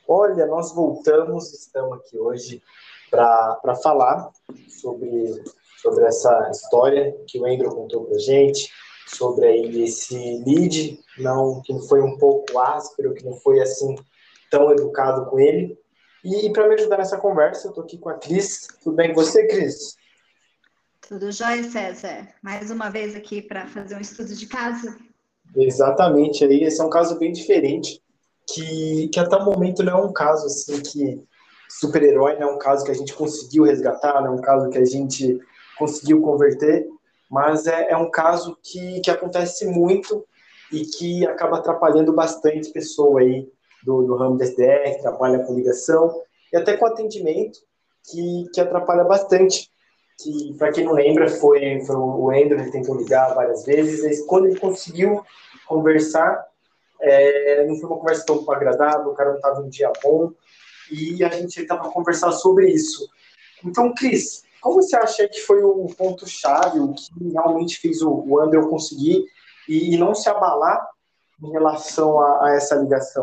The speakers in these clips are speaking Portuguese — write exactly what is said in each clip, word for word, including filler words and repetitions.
Olha, nós voltamos, estamos aqui hoje para falar sobre, sobre essa história que o Andrew contou para a gente, sobre aí esse lead, não, que foi um pouco áspero, que não foi assim tão educado com ele. E para me ajudar nessa conversa, eu estou aqui com a Cris. Tudo bem com você, Cris? Tudo jóia, César? Mais uma vez aqui para fazer um estudo de caso. Exatamente, aí esse é um caso bem diferente, que, que até o momento não é um caso assim que super-herói, não é um caso que a gente conseguiu resgatar, não é um caso que a gente conseguiu converter, mas é, é um caso que, que acontece muito e que acaba atrapalhando bastante pessoa aí do, do ramo da S D R, que trabalha com ligação e até com atendimento, que, que atrapalha bastante. Que, para quem não lembra, foi, foi o Andrew, ele tentou ligar várias vezes, e quando ele conseguiu conversar, é, não foi uma conversa tão agradável, o cara não estava em um dia bom, e a gente estava a conversar sobre isso. Então, Cris, qual você acha que foi o ponto-chave, o que realmente fez o, o Andrew conseguir e, e não se abalar em relação a, a essa ligação?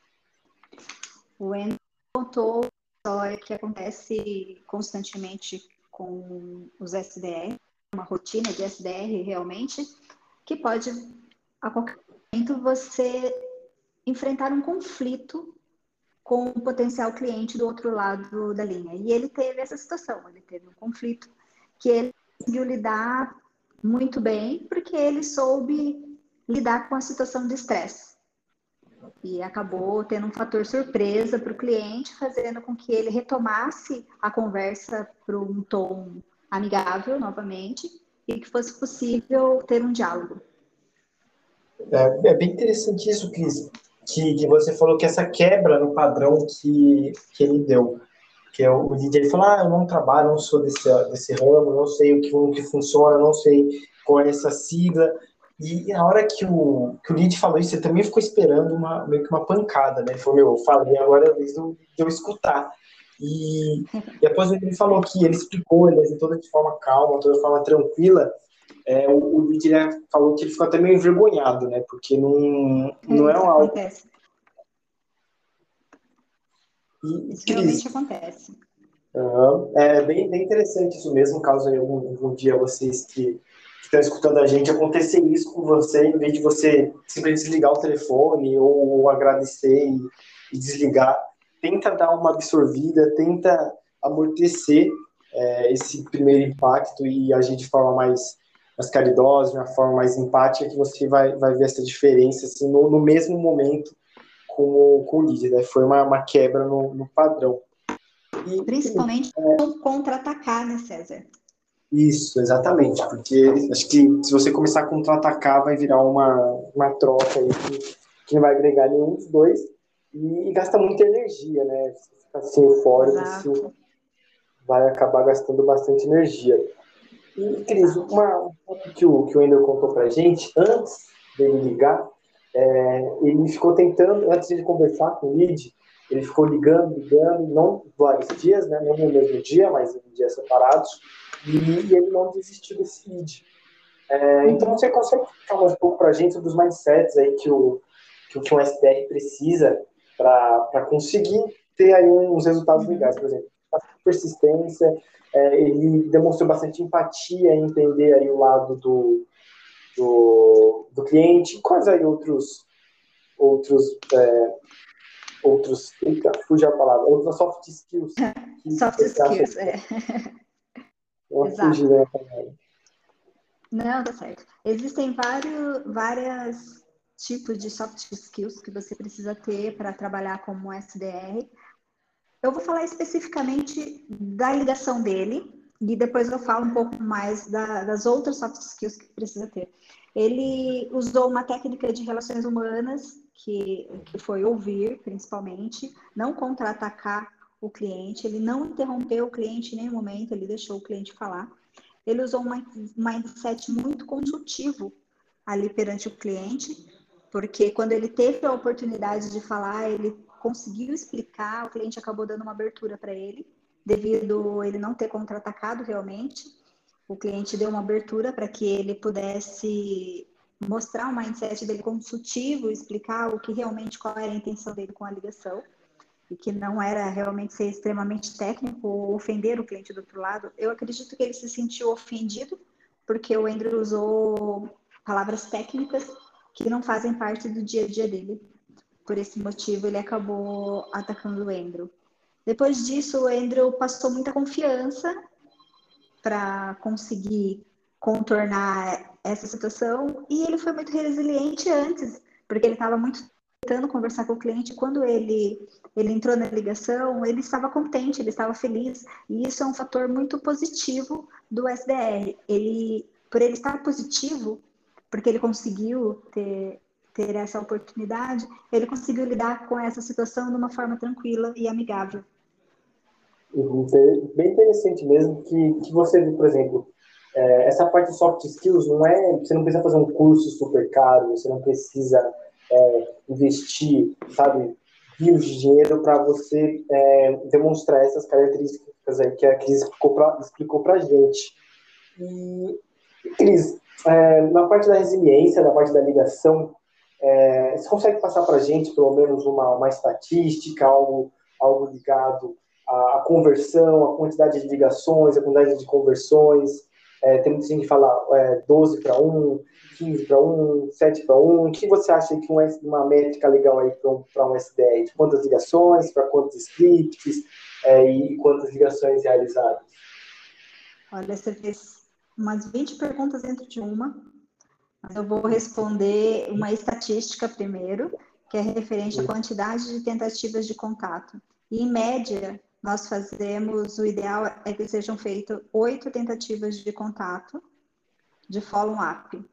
O Andrew contou uma história que acontece constantemente com os S D R, uma rotina de S D R realmente, que pode, a qualquer momento, você enfrentar um conflito com o potencial cliente do outro lado da linha. E ele teve essa situação, ele teve um conflito que ele conseguiu lidar muito bem, porque ele soube lidar com a situação de estresse. E acabou tendo um fator surpresa para o cliente, fazendo com que ele retomasse a conversa para um tom amigável novamente e que fosse possível ter um diálogo. É, é bem interessante isso, Cris, que, que você falou que essa quebra no padrão que, que ele deu. Que o, o D J falou, ah, eu não trabalho, não sou desse, desse ramo, não sei o que, o que funciona, não sei qual é essa sigla. E, e a hora que o, que o Lid falou isso, ele também ficou esperando uma, meio que uma pancada, né? Ele falou, meu, eu falei, agora é a vez de eu, de eu escutar. E, e após ele falou que ele explicou, ele apresentou de forma calma, toda de forma tranquila, é, o, o Lid falou que ele ficou até meio envergonhado, né? Porque não, não É, era isso algo... acontece. E, Isso Cris, realmente acontece. uhum. É bem, bem interessante isso mesmo, caso aí algum, algum dia vocês que estão escutando a gente acontecer isso com você, em vez de você simplesmente desligar o telefone ou, ou agradecer e, e desligar, tenta dar uma absorvida, tenta amortecer é, esse primeiro impacto e agir de forma mais, mais caridosa, de uma forma mais empática, que você vai, vai ver essa diferença assim, no, no mesmo momento com o, com o líder, né? Foi uma, uma quebra no, no padrão. E, Principalmente no contra-atacar, né, César? isso, exatamente, porque acho que se você começar a contra-atacar, vai virar uma, uma troca aí que, que não vai agregar nenhum dos dois e, e gasta muita energia, né? Você fica assim, eufórico, assim, vai acabar gastando bastante energia. E, Cris, uma, um ponto que o, que o Ender contou pra gente, antes dele ligar, é, ele ficou tentando, antes de conversar com o Lid, ele ficou ligando, ligando, não vários dias, né? Não no mesmo dia, mas em dias separados, e, e ele não desistiu desse lead. É, então, você consegue falar um pouco para a gente sobre os mindsets aí que o, que, que um S D R precisa para conseguir ter aí uns resultados Uhum. legais, por exemplo, a persistência, é, ele demonstrou bastante empatia em entender aí o lado do, do, do cliente, quais aí outros outros é, outros, eita, fugiu a palavra, outras soft skills que Soft você acha skills, que é. uma Exato. fugida na palavra. Não, tá certo. Existem vários várias tipos de soft skills que você precisa ter para trabalhar como S D R. Eu vou falar especificamente da ligação dele e depois eu falo um pouco mais da, das outras soft skills que precisa ter. Ele usou uma técnica de relações humanas que, que foi ouvir, principalmente, não contra-atacar o cliente, ele não interrompeu o cliente em nenhum momento, ele deixou o cliente falar. Ele usou um mindset muito consultivo ali perante o cliente, porque quando ele teve a oportunidade de falar, ele conseguiu explicar, o cliente acabou dando uma abertura para ele, devido a ele não ter contra-atacado realmente. O cliente deu uma abertura para que ele pudesse mostrar o mindset dele consultivo, explicar o que realmente, qual era a intenção dele com a ligação. e que não era realmente ser extremamente técnico ou ofender o cliente do outro lado, eu acredito que ele se sentiu ofendido porque o Andrew usou palavras técnicas que não fazem parte do dia a dia dele. Por esse motivo, ele acabou atacando o Andrew. Depois disso, o Andrew passou muita confiança para conseguir contornar essa situação e ele foi muito resiliente antes, porque ele estava muito tentando conversar com o cliente. Quando ele, ele entrou na ligação, ele estava contente, ele estava feliz, e isso é um fator muito positivo do S D R. Ele, por ele estar positivo, porque ele conseguiu ter, ter essa oportunidade, ele conseguiu lidar com essa situação de uma forma tranquila e amigável. Uhum. Bem interessante mesmo que, que você viu, por exemplo, é, essa parte de soft skills não é, você não precisa fazer um curso super caro, você não precisa é, investir, sabe, rios de dinheiro para você é, demonstrar essas características aí que a Cris explicou para a gente. E, Cris, é, na parte da resiliência, na parte da ligação, é, você consegue passar para a gente pelo menos uma, uma estatística, algo, algo ligado à, à conversão, a quantidade de ligações, a quantidade de conversões? É, tem muita gente que fala é, doze para um, quinze para um, sete para um. O que você acha que é uma métrica legal aí para um, um S D R? De quantas ligações, para quantos scripts é, e quantas ligações realizadas? Olha, você fez umas vinte perguntas dentro de uma, mas eu vou responder uma estatística primeiro, que é referente à quantidade de tentativas de contato. E, em média, nós fazemos, o ideal é que sejam feitas oito tentativas de contato, de follow-up.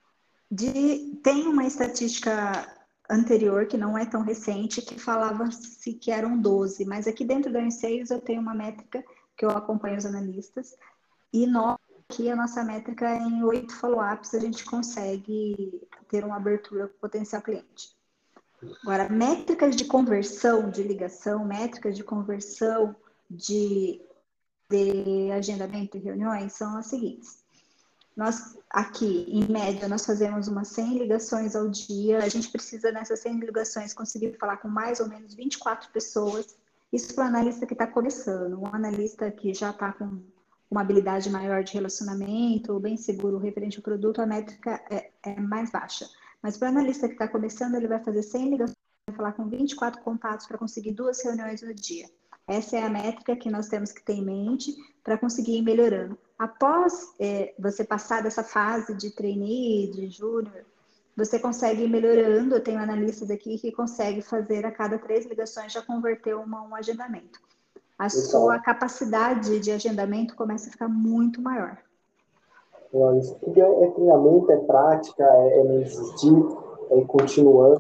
De, tem uma estatística anterior, que não é tão recente, que falava-se que eram doze, mas aqui dentro da Enseios eu tenho uma métrica que eu acompanho os analistas, e nós, aqui a nossa métrica é em oito follow-ups, a gente consegue ter uma abertura com o potencial cliente. Agora, métricas de conversão de ligação, métricas de conversão de, de agendamento e reuniões são as seguintes. Nós, aqui, em média, nós fazemos umas cem ligações ao dia. A gente precisa, nessas cem ligações, conseguir falar com mais ou menos vinte e quatro pessoas. Isso para o analista que está começando. Um analista que já está com uma habilidade maior de relacionamento, bem seguro referente ao produto, a métrica é, é mais baixa. Mas para o analista que está começando, ele vai fazer cem ligações, vai falar com vinte e quatro contatos para conseguir duas reuniões no dia. Essa é a métrica que nós temos que ter em mente para conseguir ir melhorando. Após é, você passar dessa fase de trainee, de júnior, você consegue ir melhorando. Eu tenho analistas aqui que conseguem fazer a cada três ligações já converter uma um agendamento. A então, sua capacidade de agendamento começa a ficar muito maior. Isso tudo é, é treinamento, é prática, é, é não desistir, é ir continuando.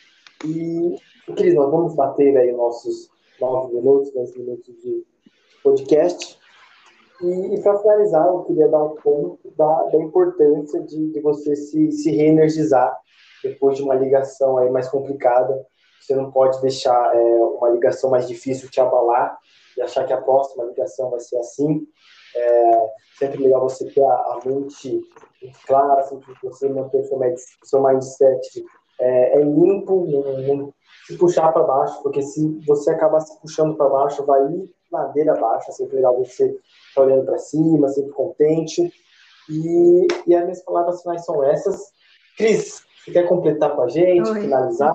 E, Cris, nós vamos bater aí nossos nove minutos, dez minutos de podcast. E, e para finalizar, eu queria dar um ponto da, da importância de, de você se, se reenergizar depois de uma ligação aí mais complicada. Você não pode deixar é, uma ligação mais difícil te abalar e achar que a próxima ligação vai ser assim. É sempre legal você ter a, a mente clara, sempre você manter o seu, seu mindset é, é limpo, não, não se puxar para baixo, porque se você acabar se puxando para baixo, vai ir ladeira abaixo. É sempre legal você estar olhando para cima, sempre contente. E, e as minhas palavras finais são essas. Cris, você quer completar com a gente, Oi. finalizar?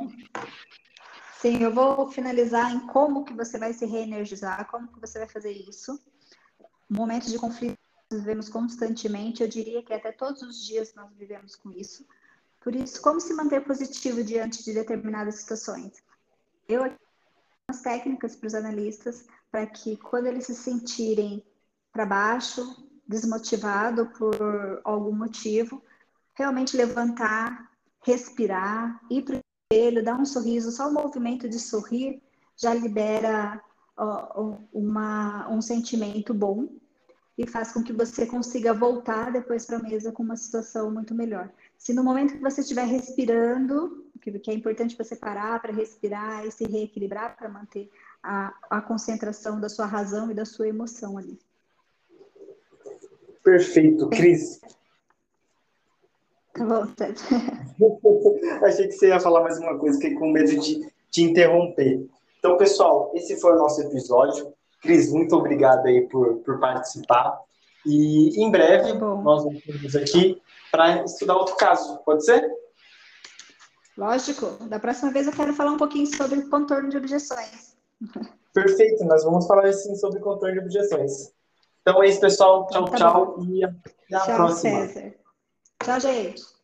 Sim, eu vou finalizar em como que você vai se reenergizar, como que você vai fazer isso. Momentos de conflito nós vivemos constantemente, eu diria que até todos os dias nós vivemos com isso. Por isso, como se manter positivo diante de determinadas situações? Eu aqui tenho umas técnicas para os analistas, para que quando eles se sentirem para baixo, desmotivado por algum motivo, realmente levantar, respirar, ir para o espelho, dar um sorriso. Só o movimento de sorrir já libera ó, uma, um sentimento bom e faz com que você consiga voltar depois para a mesa com uma situação muito melhor. Se no momento que você estiver respirando, que é importante você parar para respirar e se reequilibrar para manter a, a concentração da sua razão e da sua emoção ali. Perfeito, Cris. Tá bom, certo. Achei que você ia falar mais uma coisa, fiquei com medo de te interromper. Então, pessoal, esse foi o nosso episódio. Cris, muito obrigado aí por, por participar. E em breve Bom, nós vamos aqui para estudar outro caso. Pode ser? lógico. Da próxima vez eu quero falar um pouquinho sobre contorno de objeções. Perfeito, nós vamos falar sim sobre contorno de objeções. Então é isso, pessoal. Então, Tchau, tá tchau bom. e até a Tchau, próxima. César. Tchau, gente.